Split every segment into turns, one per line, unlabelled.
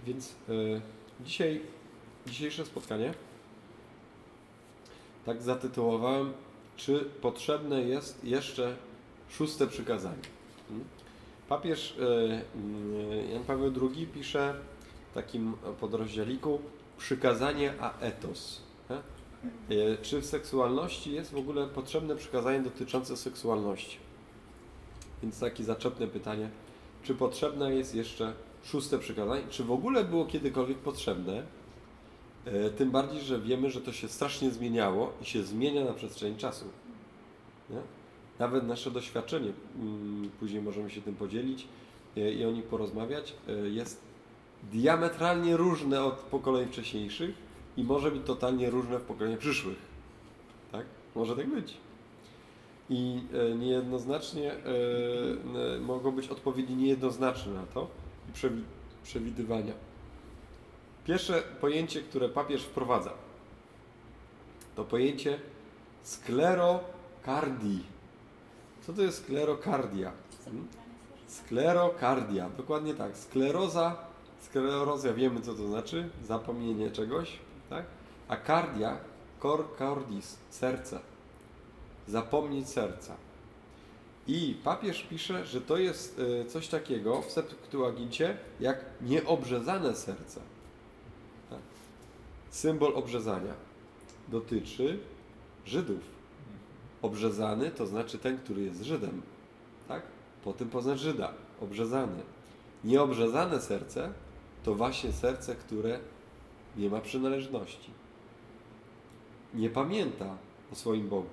Więc dzisiejsze spotkanie tak zatytułowałem, czy potrzebne jest jeszcze 6. przykazanie. Papież Jan Paweł II pisze w takim podrozdzialiku przykazanie a etos. Czy w seksualności jest w ogóle potrzebne przykazanie dotyczące seksualności? Więc takie zaczepne pytanie, czy potrzebne jest jeszcze 6. przykazanie? Czy w ogóle było kiedykolwiek potrzebne? Tym bardziej, że wiemy, że to się strasznie zmieniało i się zmienia na przestrzeni czasu. Nie? Nawet nasze doświadczenie, później możemy się tym podzielić i o nich porozmawiać, jest diametralnie różne od pokoleń wcześniejszych i może być totalnie różne w pokoleniach przyszłych. Tak? Może tak być. I niejednoznacznie mogą być odpowiedzi niejednoznaczne na to i przewidywania. Pierwsze pojęcie, które papież wprowadza, to pojęcie sklerokardii. Co to jest sklerokardia? Sklerokardia, dokładnie tak. Skleroza, wiemy co to znaczy, zapomnienie czegoś, tak? A kardia, cor cordis, serce. Zapomnieć serca. I papież pisze, że to jest coś takiego w Septuagincie jak nieobrzezane serce. Tak. Symbol obrzezania dotyczy Żydów. Obrzezany to znaczy ten, który jest Żydem. Tak? Po tym poznać Żyda. Obrzezany. Nieobrzezane serce to właśnie serce, które nie ma przynależności. Nie pamięta o swoim Bogu.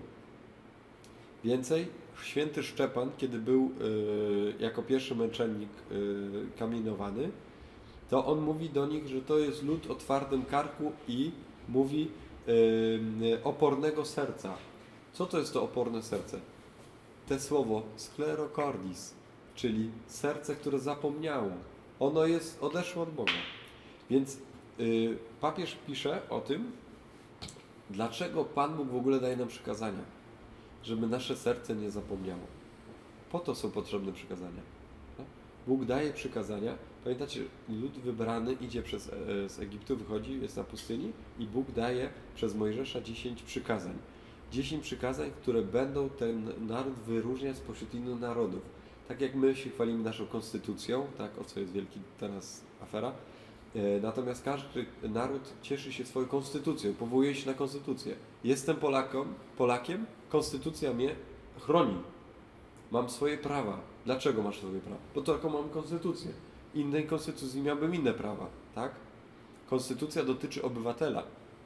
Więcej, święty Szczepan, kiedy był jako pierwszy męczennik kamienowany, to on mówi do nich, że to jest lud o twardym karku i mówi opornego serca. Co to jest to oporne serce? Te słowo sklerokardis, czyli serce, które zapomniało. Ono odeszło od Boga. Więc papież pisze o tym, dlaczego Pan Bóg w ogóle daje nam przykazania. Żeby nasze serce nie zapomniało. Po to są potrzebne przykazania. Bóg daje przykazania. Pamiętacie, lud wybrany idzie z Egiptu, wychodzi, jest na pustyni i Bóg daje przez Mojżesza 10 przykazań. 10 przykazań, które będą ten naród wyróżniać spośród innych narodów. Tak jak my się chwalimy naszą konstytucją, tak, o co jest wielki teraz afera, natomiast każdy naród cieszy się swoją konstytucją, powołuje się na konstytucję. Jestem Polakiem, konstytucja mnie chroni. Mam swoje prawa. Dlaczego masz swoje prawa? Bo to taką mam konstytucję. Innej konstytucji miałbym inne prawa, tak? Konstytucja dotyczy obywatela.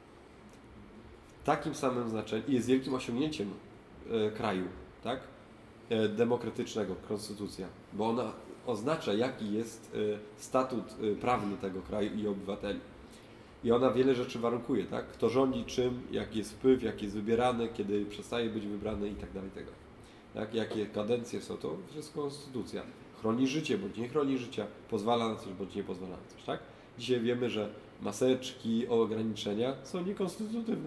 W takim samym znaczeniu i jest wielkim osiągnięciem kraju, tak? Demokratycznego, konstytucja, bo ona oznacza, jaki jest statut prawny tego kraju i obywateli. I ona wiele rzeczy warunkuje, tak? Kto rządzi czym, jaki jest wpływ, jak jest wybierany, kiedy przestaje być wybrany i tak dalej. Tak? Jakie kadencje są, to wszystko konstytucja. Chroni życie, bądź nie chroni życia, pozwala na coś, bądź nie pozwala na coś, tak? Dzisiaj wiemy, że maseczki, ograniczenia są niekonstytutywne.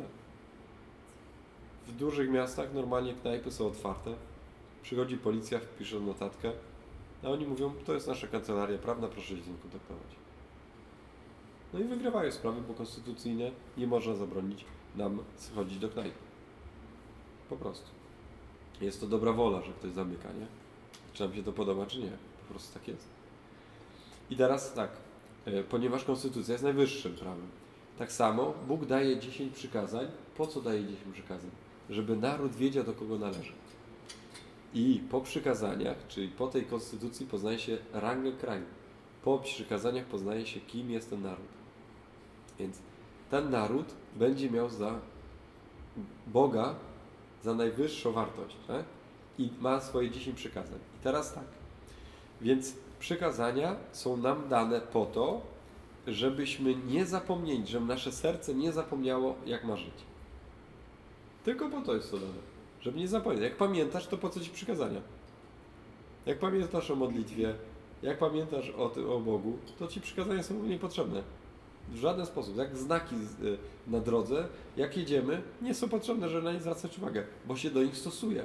W dużych miastach normalnie knajpy są otwarte. Przychodzi policja, wpisze notatkę, a oni mówią, to jest nasza kancelaria prawna, proszę się z nim kontaktować. No i wygrywają sprawy, bo konstytucyjnie nie można zabronić nam schodzić do knajpy. Po prostu. Jest to dobra wola, że ktoś zamyka, nie? Czy nam się to podoba, czy nie. Po prostu tak jest. I teraz tak, ponieważ konstytucja jest najwyższym prawem. Tak samo Bóg daje 10 przykazań. Po co daje 10 przykazań? Żeby naród wiedział, do kogo należy. I po przykazaniach, czyli po tej konstytucji poznaje się rangę kraju. Po przykazaniach poznaje się, kim jest ten naród. Więc ten naród będzie miał za Boga za najwyższą wartość. Tak? I ma swoje 10 przykazań. I teraz tak. Więc przykazania są nam dane po to, żebyśmy nie zapomnieli, żeby nasze serce nie zapomniało, jak ma żyć. Tylko po to jest to dane. Żeby nie zapomnieć. Jak pamiętasz, to po co ci przykazania? Jak pamiętasz o modlitwie, jak pamiętasz o Bogu, to ci przykazania są niepotrzebne. W żaden sposób. Jak znaki na drodze, jak jedziemy, nie są potrzebne, żeby na nie zwracać uwagę, bo się do nich stosuje.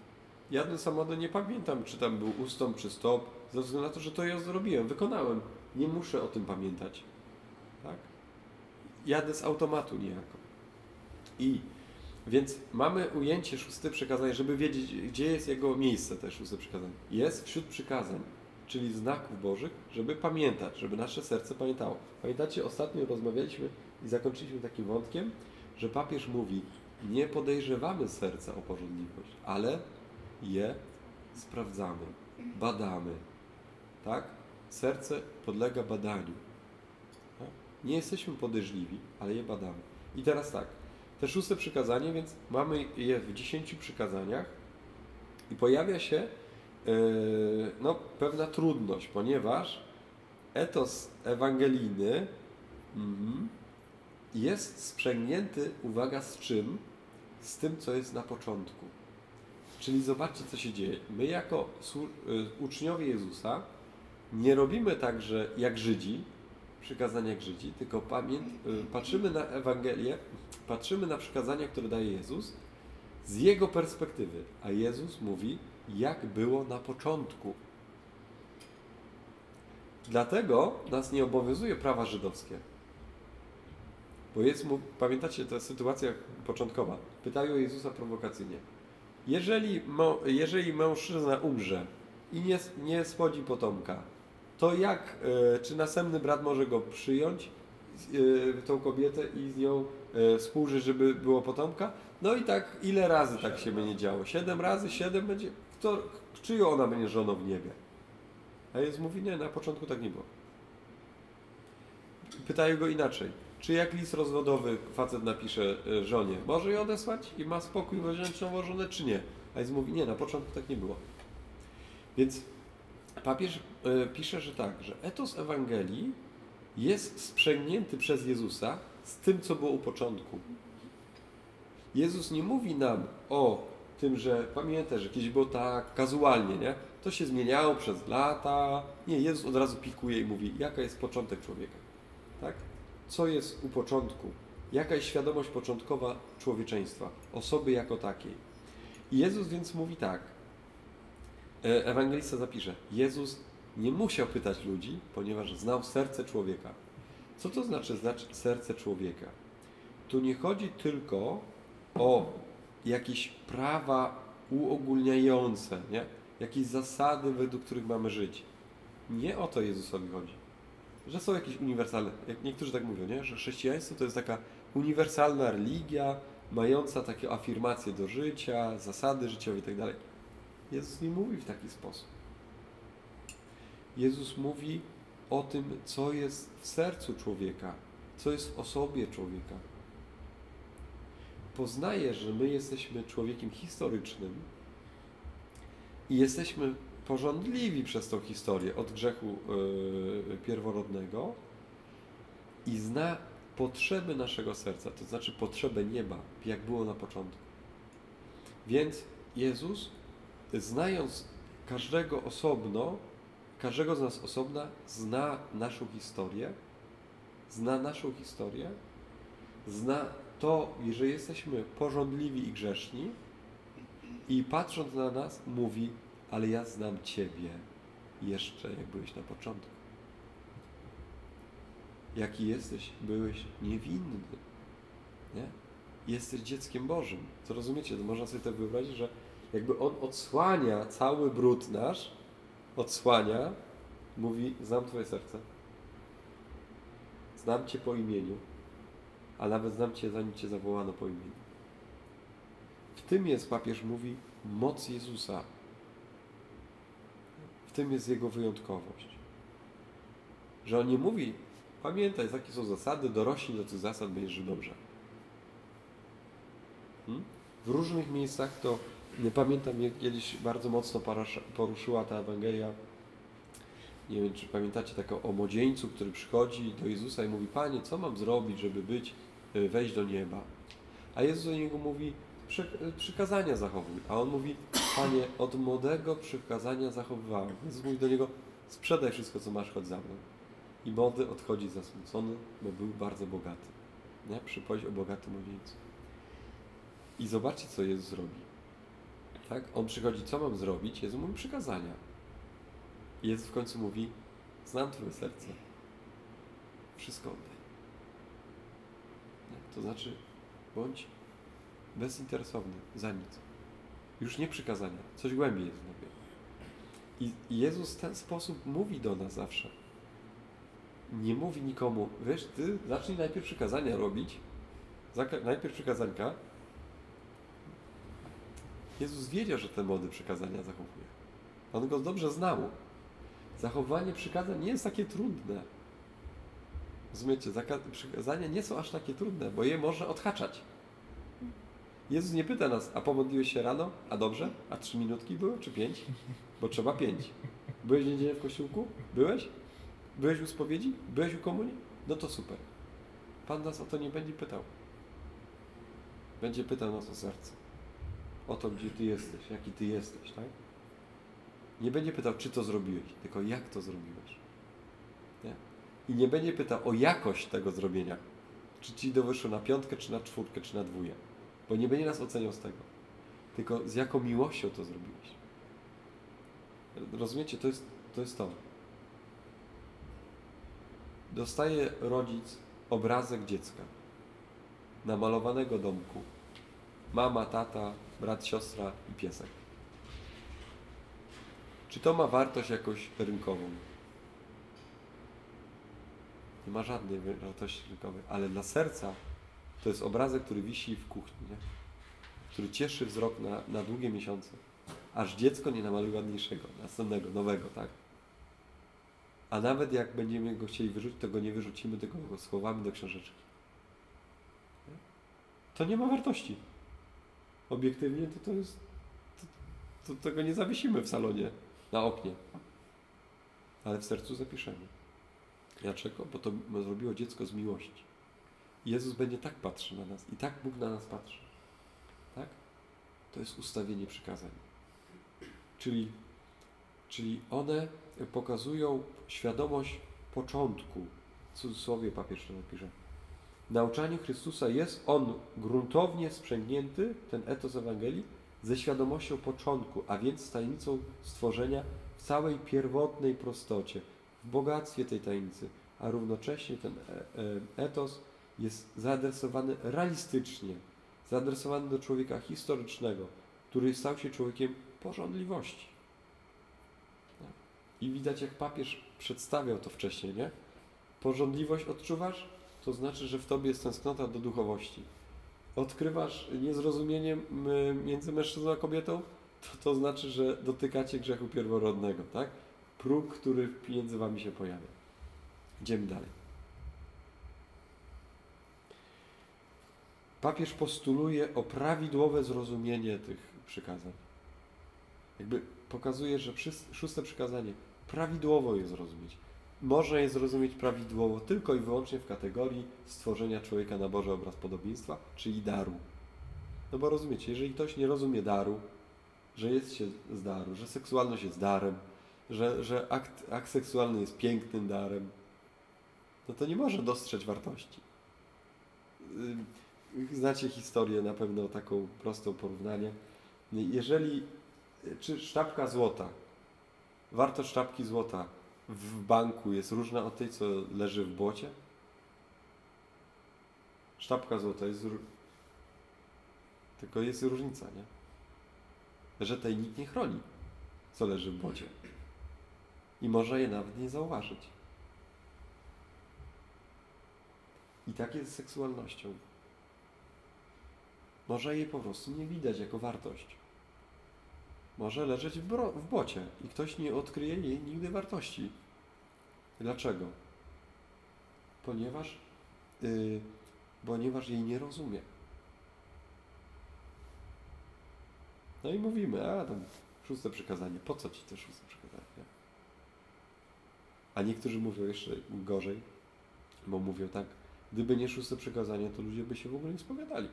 Jadę samochodem, nie pamiętam, czy tam był ustąp, czy stop, ze względu na to, że to ja zrobiłem, wykonałem. nie muszę o tym pamiętać. Tak? Jadę z automatu niejako. I więc mamy ujęcie 6 przykazania, żeby wiedzieć, gdzie jest jego miejsce, te 6 przykazanie. Jest wśród przykazań, czyli znaków Bożych, żeby pamiętać, żeby nasze serce pamiętało. Pamiętacie, ostatnio rozmawialiśmy i zakończyliśmy takim wątkiem, że papież mówi, nie podejrzewamy serca o pożądliwość, ale je sprawdzamy, badamy. Tak? Serce podlega badaniu. Tak? Nie jesteśmy podejrzliwi, ale je badamy. I teraz tak, te 6 przykazanie, więc mamy je w 10 przykazaniach i pojawia się pewna trudność, ponieważ etos ewangelijny jest sprzęgnięty, uwaga, z czym? Z tym, co jest na początku. Czyli zobaczcie, co się dzieje. My jako uczniowie Jezusa nie robimy tak, że jak Żydzi, przykazania jak Żydzi, tylko patrzymy na Ewangelię, patrzymy na przykazania, które daje Jezus z Jego perspektywy. A Jezus mówi, jak było na początku. Dlatego nas nie obowiązuje prawa żydowskie. Bo pamiętacie, to jest sytuacja początkowa. Pytają Jezusa prowokacyjnie. Jeżeli mężczyzna umrze i nie spłodzi potomka, to czy następny brat może go przyjąć, tą kobietę i z nią współżyć, żeby było potomka? No i tak, ile razy tak się będzie działo? 7 razy? 7 będzie? Czyją ona będzie żoną w niebie? A Jezus mówi, nie, na początku tak nie było. Pytają go inaczej. Czy jak list rozwodowy facet napisze żonie, może ją odesłać i ma spokój wziąć nową żonę, czy nie? A Jezus mówi, nie, na początku tak nie było. Więc papież pisze, że tak, że etos Ewangelii jest sprzęgnięty przez Jezusa z tym, co było u początku. Jezus nie mówi nam o tym, że pamiętaj, że kiedyś było tak kazualnie, nie? To się zmieniało przez lata. Nie, Jezus od razu pikuje i mówi, jaka jest początek człowieka. Tak? Co jest u początku? Jaka jest świadomość początkowa człowieczeństwa, osoby jako takiej. I Jezus więc mówi tak. Ewangelista zapisze, Jezus nie musiał pytać ludzi, ponieważ znał serce człowieka. Co to znaczy serce człowieka? Tu nie chodzi tylko o jakieś prawa uogólniające, nie? Jakieś zasady, według których mamy żyć. Nie o to Jezusowi chodzi. Że są jakieś uniwersalne, jak niektórzy tak mówią, nie? Że chrześcijaństwo to jest taka uniwersalna religia, mająca takie afirmacje do życia, zasady życiowe itd. Jezus nie mówi w taki sposób. Jezus mówi o tym, co jest w sercu człowieka, co jest w osobie człowieka. Poznaje, że my jesteśmy człowiekiem historycznym i jesteśmy pożądliwi przez tą historię od grzechu pierworodnego i zna potrzeby naszego serca, to znaczy potrzebę nieba, jak było na początku. Więc Jezus, znając każdego z nas osobna, zna naszą historię, zna to, że jesteśmy pożądliwi i grzeszni i patrząc na nas mówi, ale ja znam Ciebie jeszcze, jak byłeś na początku. Jaki jesteś? Byłeś niewinny. Nie? Jesteś dzieckiem Bożym. Co rozumiecie? To można sobie tak wyobrazić, że jakby On odsłania cały brud nasz, mówi, znam Twoje serce. Znam Cię po imieniu, a nawet znam Cię, zanim Cię zawołano po imieniu. W tym jest, papież mówi, moc Jezusa. W tym jest Jego wyjątkowość. Że On nie mówi, pamiętaj, jakie są zasady, dorośnij do tych zasad, będziesz żył dobrze. W różnych miejscach to, nie pamiętam, jak kiedyś bardzo mocno poruszyła ta Ewangelia. Nie wiem, czy pamiętacie taką o młodzieńcu, który przychodzi do Jezusa i mówi, Panie, co mam zrobić, żeby wejść do nieba? A Jezus do niego mówi, przykazania zachowuj. A on mówi, Panie, od młodego przykazania zachowywałem. Jezus mówi do niego, sprzedaj wszystko, co masz, chodź za mną. I młody odchodzi zasmucony, bo był bardzo bogaty. Nie? Przypowieść o bogatym młodzieńcu. I zobaczcie, co Jezus robi. Tak? On przychodzi, co mam zrobić? Jezus mówi przykazania. I Jezus w końcu mówi, znam Twoje serce. wszystko oddaj. To znaczy, bądź bezinteresowny, za nic. Już nie przykazania, coś głębiej jest w Tobie. I Jezus w ten sposób mówi do nas zawsze. Nie mówi nikomu, wiesz, ty zacznij najpierw przykazania robić, najpierw przykazanka. Jezus wiedział, że ten młody przykazania zachowuje. On go dobrze znał. Zachowanie przykazań nie jest takie trudne. Rozumiecie, przykazania nie są aż takie trudne, bo je można odhaczać. Jezus nie pyta nas, a pomodliłeś się rano? A dobrze? A 3 minutki były? Czy 5? Bo trzeba 5. Byłeś niedzielę w kościółku? Byłeś? Byłeś u spowiedzi? Byłeś u komunii? No to super. Pan nas o to nie będzie pytał. Będzie pytał nas o serce. O to, gdzie Ty jesteś, jaki Ty jesteś, tak? Nie będzie pytał, czy to zrobiłeś, tylko jak to zrobiłeś. Nie? I nie będzie pytał o jakość tego zrobienia. Czy Ci wyszło na 5, czy na 4, czy na 2. Bo nie będzie nas oceniał z tego. Tylko z jaką miłością to zrobiłeś. Rozumiecie? To jest to. Dostaje rodzic obrazek dziecka. Namalowanego domku. Mama, tata, brat, siostra i piesek. Czy to ma wartość jakoś rynkową? Nie ma żadnej wartości rynkowej, ale dla serca to jest obrazek, który wisi w kuchni, nie? Który cieszy wzrok na długie miesiące. Aż dziecko nie namaluje ładniejszego, następnego, nowego, tak? A nawet jak będziemy go chcieli wyrzucić, to go nie wyrzucimy, tylko go schowamy do książeczki. Nie? To nie ma wartości. Obiektywnie to jest... To tego nie zawiesimy w salonie, na oknie. Ale w sercu zapiszemy. Dlaczego? Bo to zrobiło dziecko z miłości. I Jezus będzie tak patrzył na nas i tak Bóg na nas patrzy. Tak? To jest ustawienie przykazań. Czyli one pokazują świadomość początku. W cudzysłowie papież to napisze. W nauczaniu Chrystusa jest on gruntownie sprzęgnięty, ten etos Ewangelii, ze świadomością początku, a więc z tajemnicą stworzenia w całej pierwotnej prostocie, w bogactwie tej tajemnicy, a równocześnie ten etos jest zaadresowany realistycznie, zaadresowany do człowieka historycznego, który stał się człowiekiem pożądliwości. I widać, jak papież przedstawiał to wcześniej, nie? Pożądliwość odczuwasz? To znaczy, że w tobie jest tęsknota do duchowości. Odkrywasz niezrozumienie między mężczyzną a kobietą? To znaczy, że dotykacie grzechu pierworodnego, tak? Próg, który między wami się pojawia. Idziemy dalej. Papież postuluje o prawidłowe zrozumienie tych przykazań. Jakby pokazuje, że 6. przykazanie prawidłowo je zrozumieć. Można je zrozumieć prawidłowo tylko i wyłącznie w kategorii stworzenia człowieka na Boży obraz podobieństwa, czyli daru. No bo rozumiecie, jeżeli ktoś nie rozumie daru, że jest się z daru, że seksualność jest darem, że akt seksualny jest pięknym darem, no to nie może dostrzec wartości. Znacie historię na pewno taką prostą porównanie. Czy sztabka złota, wartość sztabki złota w banku jest różna od tej, co leży w błocie? Sztabka złota jest... Tylko jest różnica, nie? Że tej nikt nie chroni, co leży w błocie. I może je nawet nie zauważyć. I tak jest z seksualnością. Może jej po prostu nie widać jako wartość. Może leżeć w błocie i ktoś nie odkryje jej nigdy wartości. Dlaczego? Ponieważ jej nie rozumie. No i mówimy, tam 6. przykazanie, po co ci te 6. przykazanie? Nie? A niektórzy mówią jeszcze gorzej, bo mówią tak, gdyby nie 6. przykazanie, to ludzie by się w ogóle nie spowiadali.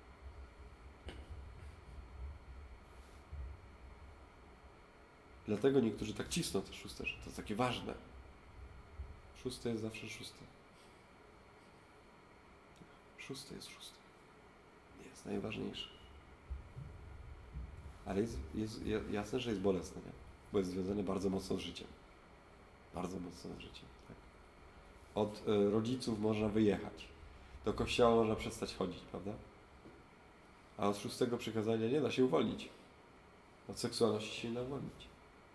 Dlatego niektórzy tak cisną te 6, że to jest takie ważne. 6. jest zawsze 6. 6. jest 6. Jest najważniejsze. Ale jest jasne, że jest bolesne, nie? Bo jest związane bardzo mocno z życiem. Bardzo mocno z życiem. Tak? od rodziców można wyjechać. Do kościoła można przestać chodzić, prawda? A od 6 przykazania nie da się uwolnić. Od seksualności się nie da uwolnić.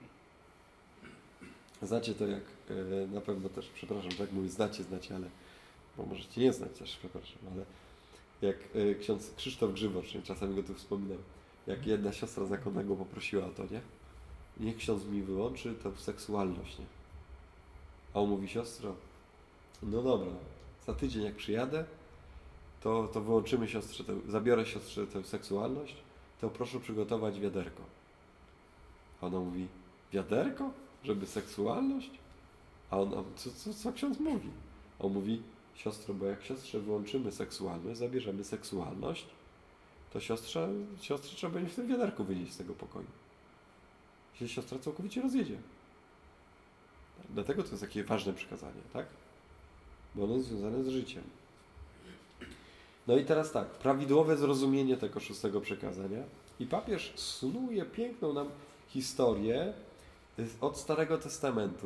Znacie to jak, na pewno też, przepraszam, że jak mówię znacie, ale, bo możecie nie znać też, przepraszam, ale jak ksiądz Krzysztof Grzywocz, czasami go tu wspominam, jak jedna siostra zakonna go poprosiła o to, nie? Niech ksiądz mi wyłączy tę seksualność, nie? A on mówi, siostro, no dobra, za tydzień jak przyjadę, to wyłączymy siostrze, zabiorę siostrze tę seksualność, to proszę przygotować wiaderko. A ona mówi, wiaderko? Żeby seksualność? A on, co ksiądz mówi? On mówi, siostro, bo jak siostrze wyłączymy seksualność, zabierzemy seksualność, to siostrze trzeba będzie w tym wiaderku wynieść z tego pokoju. Się siostra całkowicie rozjedzie. Dlatego to jest takie ważne przykazanie, tak? Bo ono jest związane z życiem. No i teraz tak, prawidłowe zrozumienie tego 6 przykazania. I papież snuje piękną nam historię od Starego Testamentu.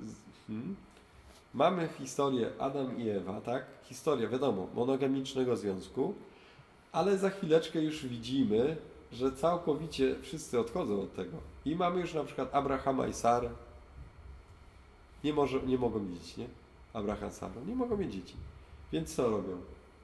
Mamy historię Adam i Ewa, tak? Historia, wiadomo, monogamicznego związku, ale za chwileczkę już widzimy, że całkowicie wszyscy odchodzą od tego. I mamy już na przykład Abrahama i Sarę. Nie mogą mieć dzieci, nie? Abraham, Sara, nie mogą mieć dzieci. Więc co robią?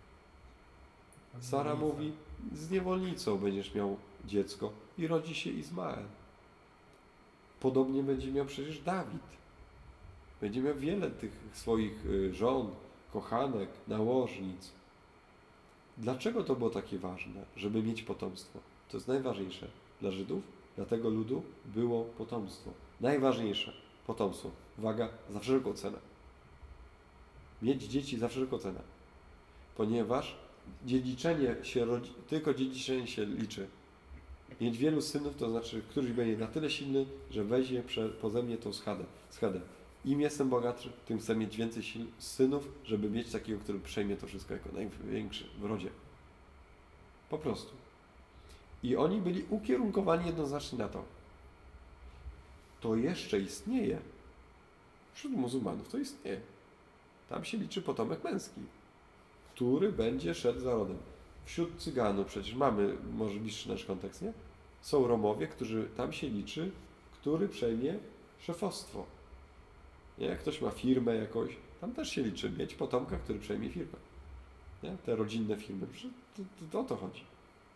Sara mówi, z niewolnicą będziesz miał dziecko i rodzi się Izmael. Podobnie będzie miał przecież Dawid. Będzie miał wiele tych swoich żon, kochanek, nałożnic. Dlaczego to było takie ważne, żeby mieć potomstwo? To jest najważniejsze dla Żydów, dla tego ludu było potomstwo. Najważniejsze potomstwo. Uwaga, za wszelką cenę. Mieć dzieci za wszelką cenę. Ponieważ tylko dziedziczenie się liczy. Mieć wielu synów, to znaczy, któryś będzie na tyle silny, że weźmie poze mnie tą schedę. Im jestem bogatszy, tym chcę mieć więcej synów, żeby mieć takiego, który przejmie to wszystko jako największy w rodzie. Po prostu. I oni byli ukierunkowani jednoznacznie na to. To jeszcze istnieje. Wśród muzułmanów to istnieje. Tam się liczy potomek męski, który będzie szedł za rodem. Wśród Cyganów przecież mamy, może bliższy nasz kontekst, nie? Są Romowie, którzy tam się liczy, który przejmie szefostwo. Nie? Jak ktoś ma firmę jakąś, tam też się liczy mieć potomka, który przejmie firmę. Nie? Te rodzinne firmy, to o to chodzi.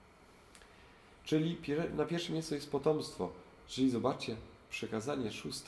Czyli na pierwszym miejscu jest potomstwo. Czyli zobaczcie, przekazanie 6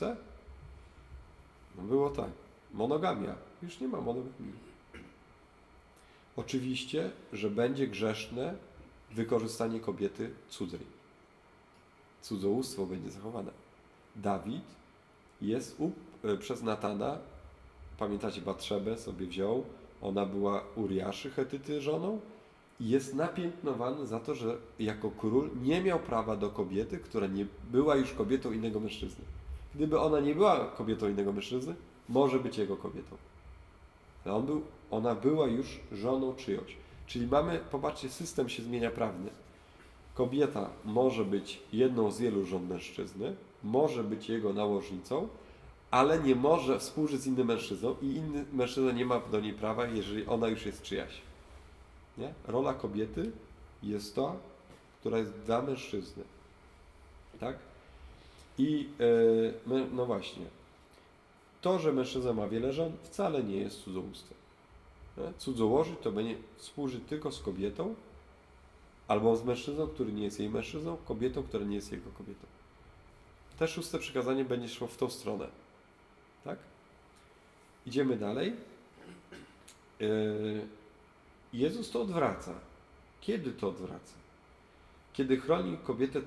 było tak. Monogamia. Już nie ma monogamii. Oczywiście, że będzie grzeszne wykorzystanie kobiety cudzej. Cudzołóstwo będzie zachowane. Dawid jest przez Natana, pamiętacie, Batszebę sobie wziął, ona była Uriaszy Chetyty żoną i jest napiętnowany za to, że jako król nie miał prawa do kobiety, która nie była już kobietą innego mężczyzny. Gdyby ona nie była kobietą innego mężczyzny, może być jego kobietą. Ale ona była już żoną czyjąś. Czyli mamy, popatrzcie, system się zmienia prawny. Kobieta może być jedną z wielu żon mężczyzny, może być jego nałożnicą, ale nie może współżyć z innym mężczyzną i inny mężczyzna nie ma do niej prawa, jeżeli ona już jest czyjaś. Nie? Rola kobiety jest ta, która jest dla mężczyzny. Tak? I no właśnie, to, że mężczyzna ma wiele żon, wcale nie jest cudzołóstwem. Cudzołożyć to będzie współżyć tylko z kobietą, albo z mężczyzną, który nie jest jej mężczyzną, kobietą, która nie jest jego kobietą. Te 6 przykazanie będzie szło w tą stronę. Tak? Idziemy dalej. Jezus to odwraca. Kiedy to odwraca? Kiedy chroni kobietę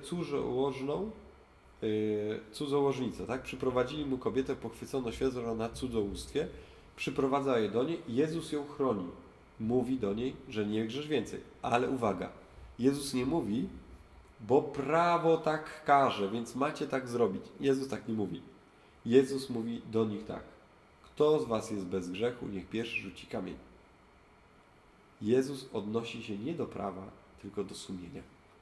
cudzołożnicę, tak? Przyprowadzili mu kobietę pochwyconą świecą na cudzołóstwie, przyprowadza je do niej, Jezus ją chroni. Mówi do niej, że nie grzesz więcej. Ale uwaga, Jezus nie mówi, bo prawo tak każe, więc macie tak zrobić. Jezus tak nie mówi. Jezus mówi do nich tak. Kto z was jest bez grzechu, niech pierwszy rzuci kamień. Jezus odnosi się nie do prawa, tylko do sumienia.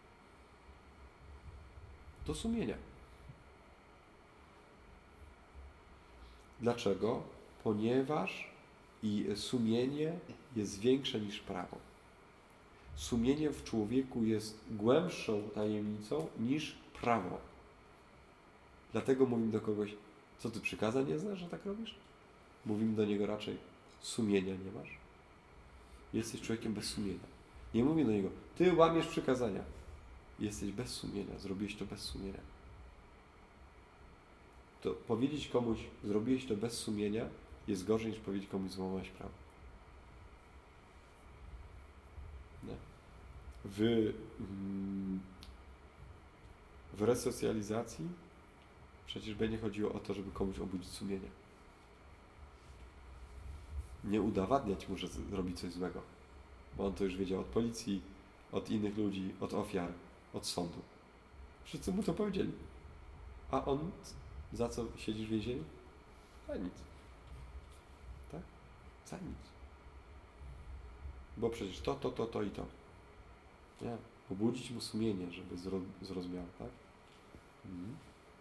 Do sumienia. Dlaczego? Ponieważ I sumienie jest większe niż prawo. Sumienie w człowieku jest głębszą tajemnicą niż prawo. Dlatego mówimy do kogoś, co ty przykazań nie znasz, że tak robisz? Mówimy do niego raczej, sumienia nie masz. Jesteś człowiekiem bez sumienia. Nie mówię do niego, ty łamiesz przykazania. Jesteś bez sumienia, zrobiłeś to bez sumienia. To powiedzieć komuś, zrobiłeś to bez sumienia, jest gorzej niż powiedzieć komuś, złamałeś prawo. Nie? W resocjalizacji przecież będzie chodziło o to, żeby komuś obudzić sumienie. Nie udowadniać mu, że robi coś złego, bo on to już wiedział od policji, od innych ludzi, od ofiar, od sądu. Wszyscy mu to powiedzieli. A on za co siedzisz w więzieniu? Za nic. Tak? Za nic. Bo przecież to i to. Nie. Obudzić mu sumienie, żeby zrozumiał, tak? Mhm.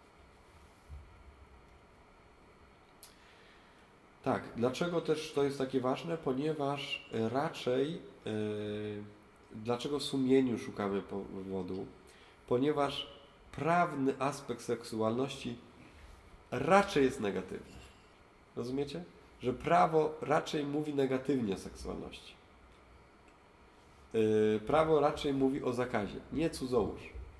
Tak, dlaczego też to jest takie ważne? Ponieważ raczej, dlaczego w sumieniu szukamy powodu? Ponieważ prawny aspekt seksualności raczej jest negatywny. Rozumiecie? Że prawo raczej mówi negatywnie o seksualności. Prawo raczej mówi o zakazie, nie cudzołóż.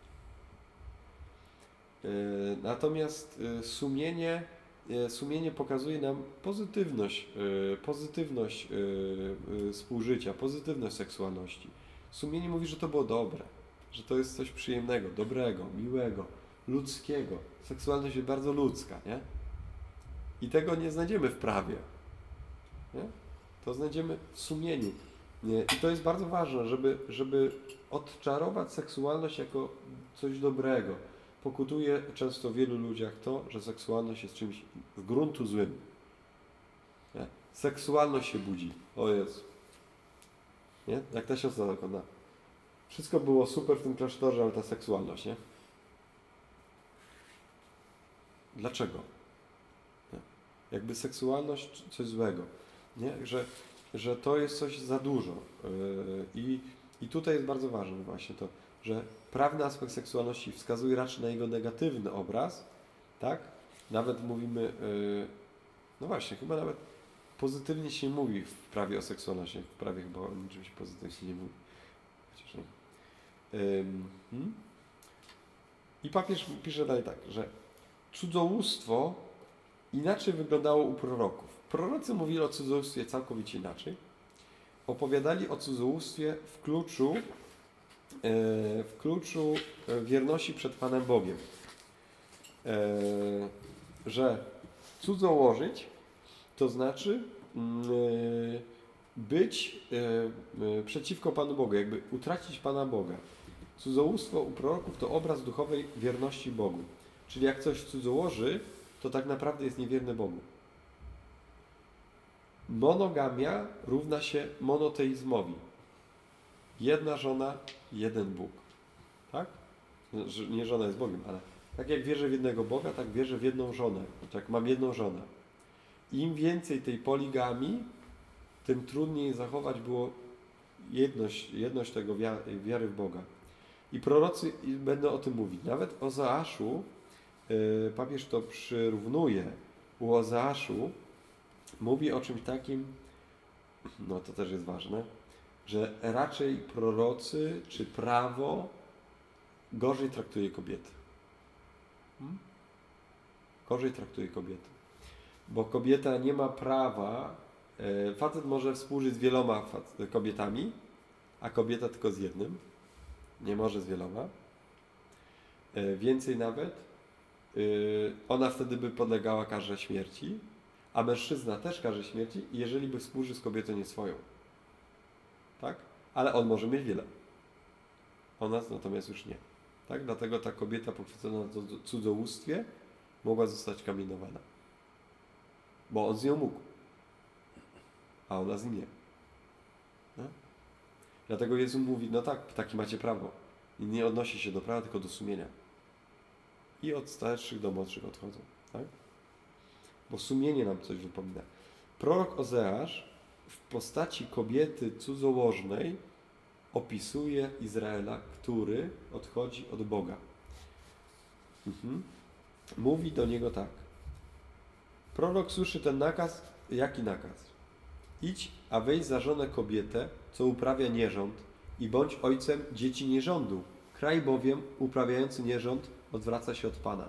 Natomiast sumienie pokazuje nam pozytywność współżycia, pozytywność seksualności. Sumienie mówi, że to było dobre, że to jest coś przyjemnego, dobrego, miłego, ludzkiego. Seksualność jest bardzo ludzka, nie? I tego nie znajdziemy w prawie. Nie? To znajdziemy w sumieniu. Nie? I to jest bardzo ważne, żeby odczarować seksualność jako coś dobrego. Pokutuje często w wielu ludziach to, że seksualność jest czymś z gruntu złym. Nie? Seksualność się budzi. O Jezu. Nie? Jak ta siostra zakona. Wszystko było super w tym klasztorze, ale ta seksualność, nie? Dlaczego? Nie? Jakby seksualność coś złego. Nie? Że to jest coś za dużo. I tutaj jest bardzo ważne właśnie to, że prawny aspekt seksualności wskazuje raczej na jego negatywny obraz, tak? Nawet mówimy, no właśnie, chyba nawet pozytywnie się mówi w prawie o seksualności, w prawie chyba o niczym się pozytywnie nie mówi. Chociaż nie. I papież pisze dalej tak, że cudzołóstwo inaczej wyglądało u proroków. Prorocy mówili o cudzołóstwie całkowicie inaczej. Opowiadali o cudzołóstwie w kluczu wierności przed Panem Bogiem. Że cudzołożyć to znaczy być przeciwko Panu Bogu, jakby utracić Pana Boga. Cudzołóstwo u proroków to obraz duchowej wierności Bogu. Czyli jak coś cudzołoży, to tak naprawdę jest niewierny Bogu. Monogamia równa się monoteizmowi. Jedna żona, jeden Bóg. Tak? Nie żona jest Bogiem, ale tak jak wierzę w jednego Boga, tak wierzę w jedną żonę. Tak mam jedną żonę. Im więcej tej poligamii, tym trudniej zachować było jedność tego wiary w Boga. I prorocy będą o tym mówić. Nawet Ozeaszu, papież to przyrównuje, u Ozeaszu mówi o czymś takim, no to też jest ważne, że raczej prorocy czy prawo gorzej traktuje kobiety. Gorzej traktuje kobiety. Bo kobieta nie ma prawa, facet może współżyć z wieloma kobietami, a kobieta tylko z jednym. Nie może z wieloma. Więcej nawet, ona wtedy by podlegała karze śmierci, a mężczyzna też karze śmierci, jeżeli by współżył z kobietą nie swoją. Tak? Ale on może mieć wiele. Ona natomiast już nie. Tak? Dlatego ta kobieta pochwycona na cudzołóstwie mogła zostać kamienowana. Bo on z nią mógł. A ona z nim nie. No? Dlatego Jezus mówi, no tak, takie macie prawo. I nie odnosi się do prawa, tylko do sumienia. I od starszych do młodszych odchodzą. Tak? Bo sumienie nam coś wypomina. Prorok Ozeasz w postaci kobiety cudzołożnej opisuje Izraela, który odchodzi od Boga. Mówi do niego tak. Prorok słyszy ten nakaz. Jaki nakaz? Idź, a weź za żonę kobietę, co uprawia nierząd i bądź ojcem dzieci nierządu. Kraj bowiem uprawiający nierząd odwraca się od Pana.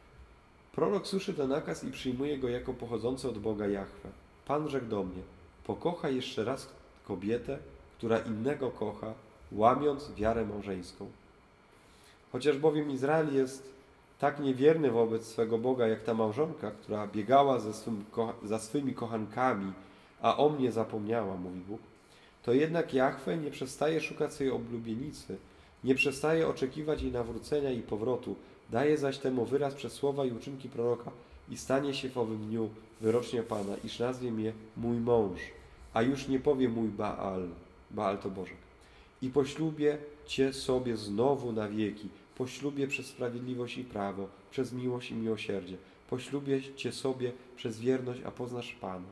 Prorok słyszy ten nakaz i przyjmuje go jako pochodzący od Boga Jahwe. Pan rzekł do mnie, pokochaj jeszcze raz kobietę, która innego kocha, łamiąc wiarę małżeńską. Chociaż bowiem Izrael jest tak niewierny wobec swego Boga, jak ta małżonka, która biegała za swymi kochankami, a o mnie zapomniała, mówi Bóg, to jednak Jahwe nie przestaje szukać swojej oblubienicy, nie przestaje oczekiwać jej nawrócenia i powrotu, daje zaś temu wyraz przez słowa i uczynki proroka i stanie się w owym dniu wyrocznie Pana, iż nazwie mnie mój mąż, a już nie powie mój Baal to Bożek. I poślubię Cię sobie znowu na wieki, poślubię przez sprawiedliwość i prawo, przez miłość i miłosierdzie, poślubię Cię sobie przez wierność, a poznasz Pana.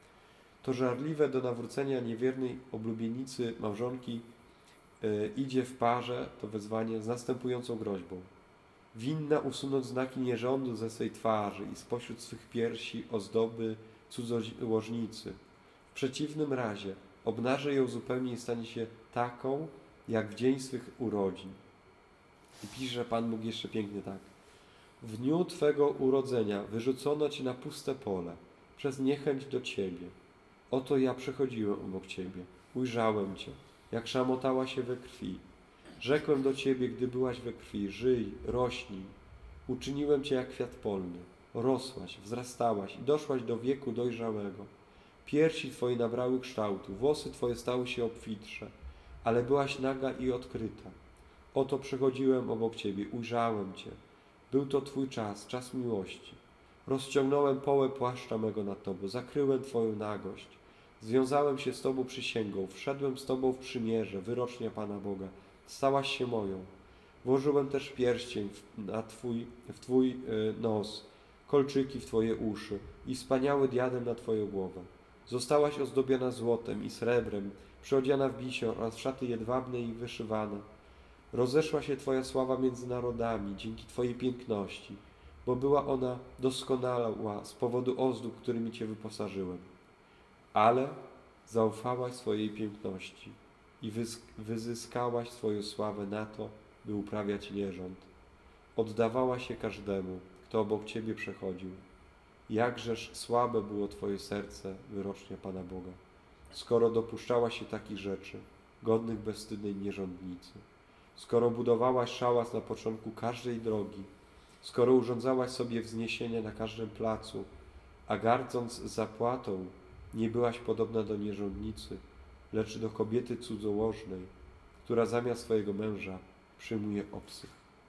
To żarliwe do nawrócenia niewiernej oblubienicy małżonki idzie w parze, to wezwanie, z następującą groźbą. Winna usunąć znaki nierządu ze swej twarzy i spośród swych piersi ozdoby cudzołożnicy. W przeciwnym razie obnaży ją zupełnie i stanie się taką, jak w dzień swych urodzin. I pisze Pan Bóg jeszcze pięknie tak. W dniu Twego urodzenia wyrzucono Cię na puste pole, przez niechęć do Ciebie. Oto ja przechodziłem obok Ciebie, ujrzałem Cię, jak szamotała się we krwi. Rzekłem do Ciebie, gdy byłaś we krwi, żyj, rośnij. Uczyniłem Cię jak kwiat polny. Rosłaś, wzrastałaś i doszłaś do wieku dojrzałego. Piersi Twoje nabrały kształtu, włosy Twoje stały się obfitsze, ale byłaś naga i odkryta. Oto przechodziłem obok Ciebie, ujrzałem Cię. Był to Twój czas, czas miłości. Rozciągnąłem połę płaszcza mego nad Tobą, zakryłem Twoją nagość. Związałem się z Tobą przysięgą, wszedłem z Tobą w przymierze, wyrocznia Pana Boga. Stałaś się moją. Włożyłem też pierścień w Twój nos, kolczyki w Twoje uszy i wspaniały diadem na Twoją głowę. Zostałaś ozdobiona złotem i srebrem, przyodziana w bisior oraz w szaty jedwabne i wyszywane. Rozeszła się Twoja sława między narodami dzięki Twojej piękności, bo była ona doskonała z powodu ozdób, którymi Cię wyposażyłem. Ale zaufałaś swojej piękności i wyzyskałaś swoją sławę na to, by uprawiać nierząd. Oddawała się każdemu, kto obok Ciebie przechodził. Jakżeż słabe było Twoje serce, wyrocznia Pana Boga, skoro dopuszczałaś się takich rzeczy, godnych bezwstydnej nierządnicy. Skoro budowałaś szałas na początku każdej drogi, skoro urządzałaś sobie wzniesienia na każdym placu, a gardząc zapłatą nie byłaś podobna do nierządnicy, lecz do kobiety cudzołożnej, która zamiast swojego męża przyjmuje obcych.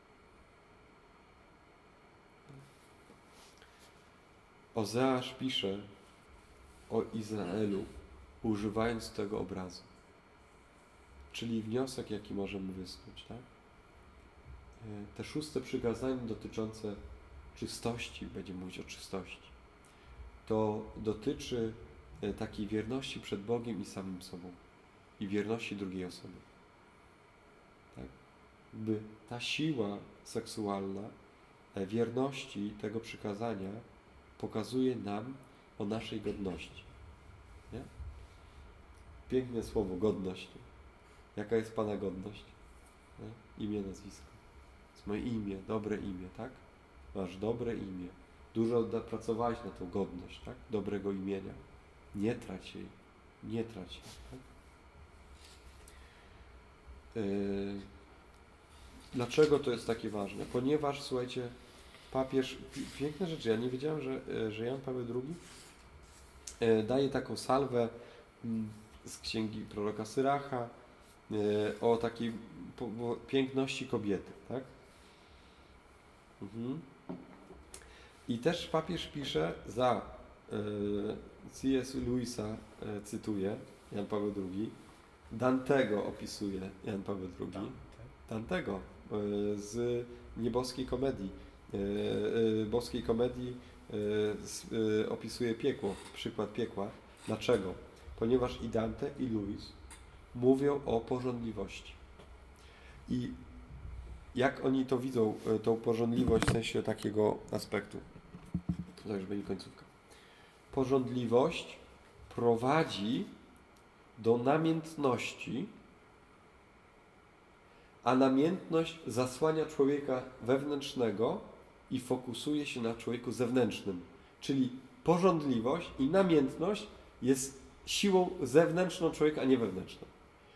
Ozeasz pisze o Izraelu, używając tego obrazu. Czyli wniosek, jaki możemy wysnuć, tak? Te 6 przykazanie dotyczące czystości, będziemy mówić o czystości, to dotyczy takiej wierności przed Bogiem i samym sobą i wierności drugiej osoby. Tak? By ta siła seksualna wierności tego przykazania pokazuje nam o naszej godności. Nie? Piękne słowo, godność. Jaka jest Pana godność? Nie? Imię, nazwisko. To jest moje imię, dobre imię, tak? Masz dobre imię. Dużo pracowałeś na tą godność, tak? Dobrego imienia. Nie trać jej. Nie trać jej, tak? Dlaczego to jest takie ważne? Ponieważ, słuchajcie, papież, piękne rzeczy, ja nie wiedziałem, że Jan Paweł II daje taką salwę z księgi proroka Syracha o takiej piękności kobiety, tak? I też papież pisze za C.S. Lewisa, cytuję, Jan Paweł II, Dantego opisuje Jan Paweł II, Dantego z nieboskiej komedii, boskiej komedii opisuje piekło, przykład piekła. Dlaczego? ponieważ i Dante, i Lewis mówią o pożądliwości. I jak oni to widzą, tą pożądliwość w sensie takiego aspektu? To już będzie końcówka. Pożądliwość prowadzi do namiętności, a namiętność zasłania człowieka wewnętrznego i fokusuje się na człowieku zewnętrznym. Czyli pożądliwość i namiętność jest siłą zewnętrzną człowieka, a nie wewnętrzną.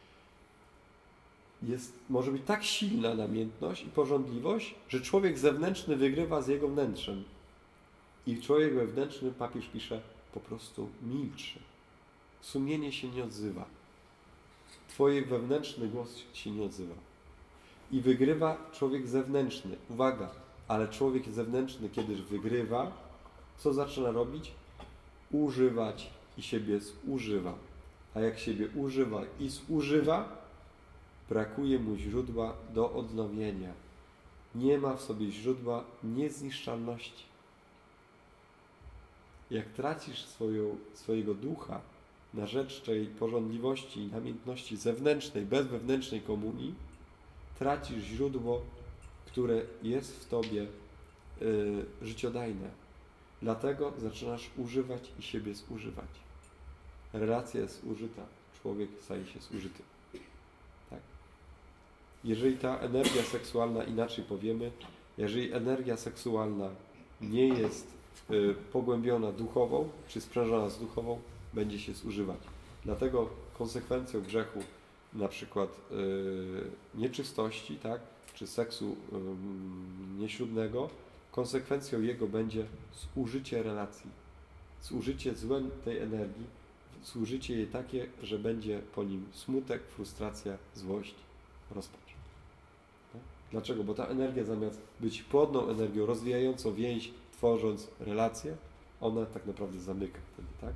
Może być tak silna namiętność i pożądliwość, że człowiek zewnętrzny wygrywa z jego wnętrzem. I człowiek wewnętrzny, papież pisze, po prostu milczy. Sumienie się nie odzywa. Twoje wewnętrzny głos się nie odzywa. I wygrywa człowiek zewnętrzny. Uwaga, ale człowiek zewnętrzny, kiedy wygrywa, co zaczyna robić? Używać i siebie zużywa. A jak siebie używa i zużywa, brakuje mu źródła do odnowienia. Nie ma w sobie źródła niezniszczalności. Jak tracisz swojego ducha na rzecz tej pożądliwości i namiętności zewnętrznej, bez wewnętrznej komunii, tracisz źródło, które jest w tobie życiodajne. Dlatego zaczynasz używać i siebie zużywać. Relacja jest użyta, człowiek staje się zużyty. Tak? Jeżeli ta energia seksualna, inaczej powiemy, jeżeli energia seksualna nie jest pogłębiona duchową, czy sprzężona z duchową, będzie się zużywać. Dlatego konsekwencją grzechu, na przykład nieczystości, tak, czy seksu nieślubnego, konsekwencją jego będzie zużycie relacji, zużycie złem tej energii, zużycie jej takie, że będzie po nim smutek, frustracja, złość, rozpacz. Tak? Dlaczego? Bo ta energia zamiast być płodną energią, rozwijającą więź, tworząc relacje, ona tak naprawdę zamyka wtedy, tak?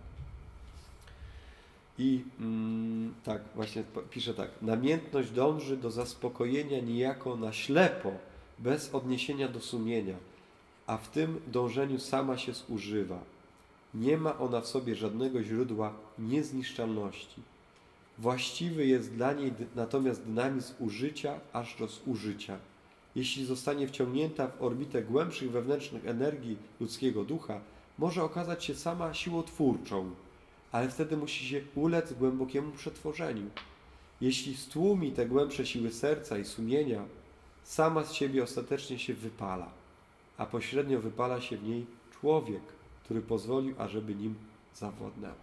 I tak, właśnie pisze tak. Namiętność dąży do zaspokojenia niejako na ślepo, bez odniesienia do sumienia, a w tym dążeniu sama się zużywa. Nie ma ona w sobie żadnego źródła niezniszczalności. Właściwy jest dla niej natomiast dynamizm użycia aż do zużycia. Jeśli zostanie wciągnięta w orbitę głębszych wewnętrznych energii ludzkiego ducha, może okazać się sama siłą twórczą, ale wtedy musi się ulec głębokiemu przetworzeniu. Jeśli stłumi te głębsze siły serca i sumienia, sama z siebie ostatecznie się wypala, a pośrednio wypala się w niej człowiek, który pozwolił, ażeby nim zawładnęła.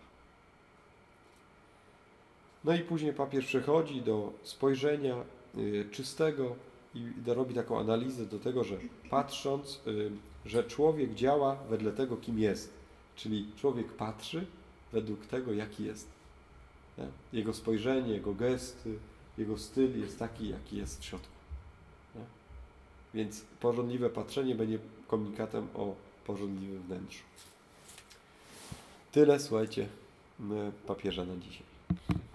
No i później papież przechodzi do spojrzenia czystego i robi taką analizę do tego, że patrząc, że człowiek działa wedle tego, kim jest. Czyli człowiek patrzy według tego, jaki jest. Nie? Jego spojrzenie, jego gesty, jego styl jest taki, jaki jest w środku. Nie? Więc pożądliwe patrzenie będzie komunikatem o pożądliwym wnętrzu. Tyle, słuchajcie, papieża na dzisiaj.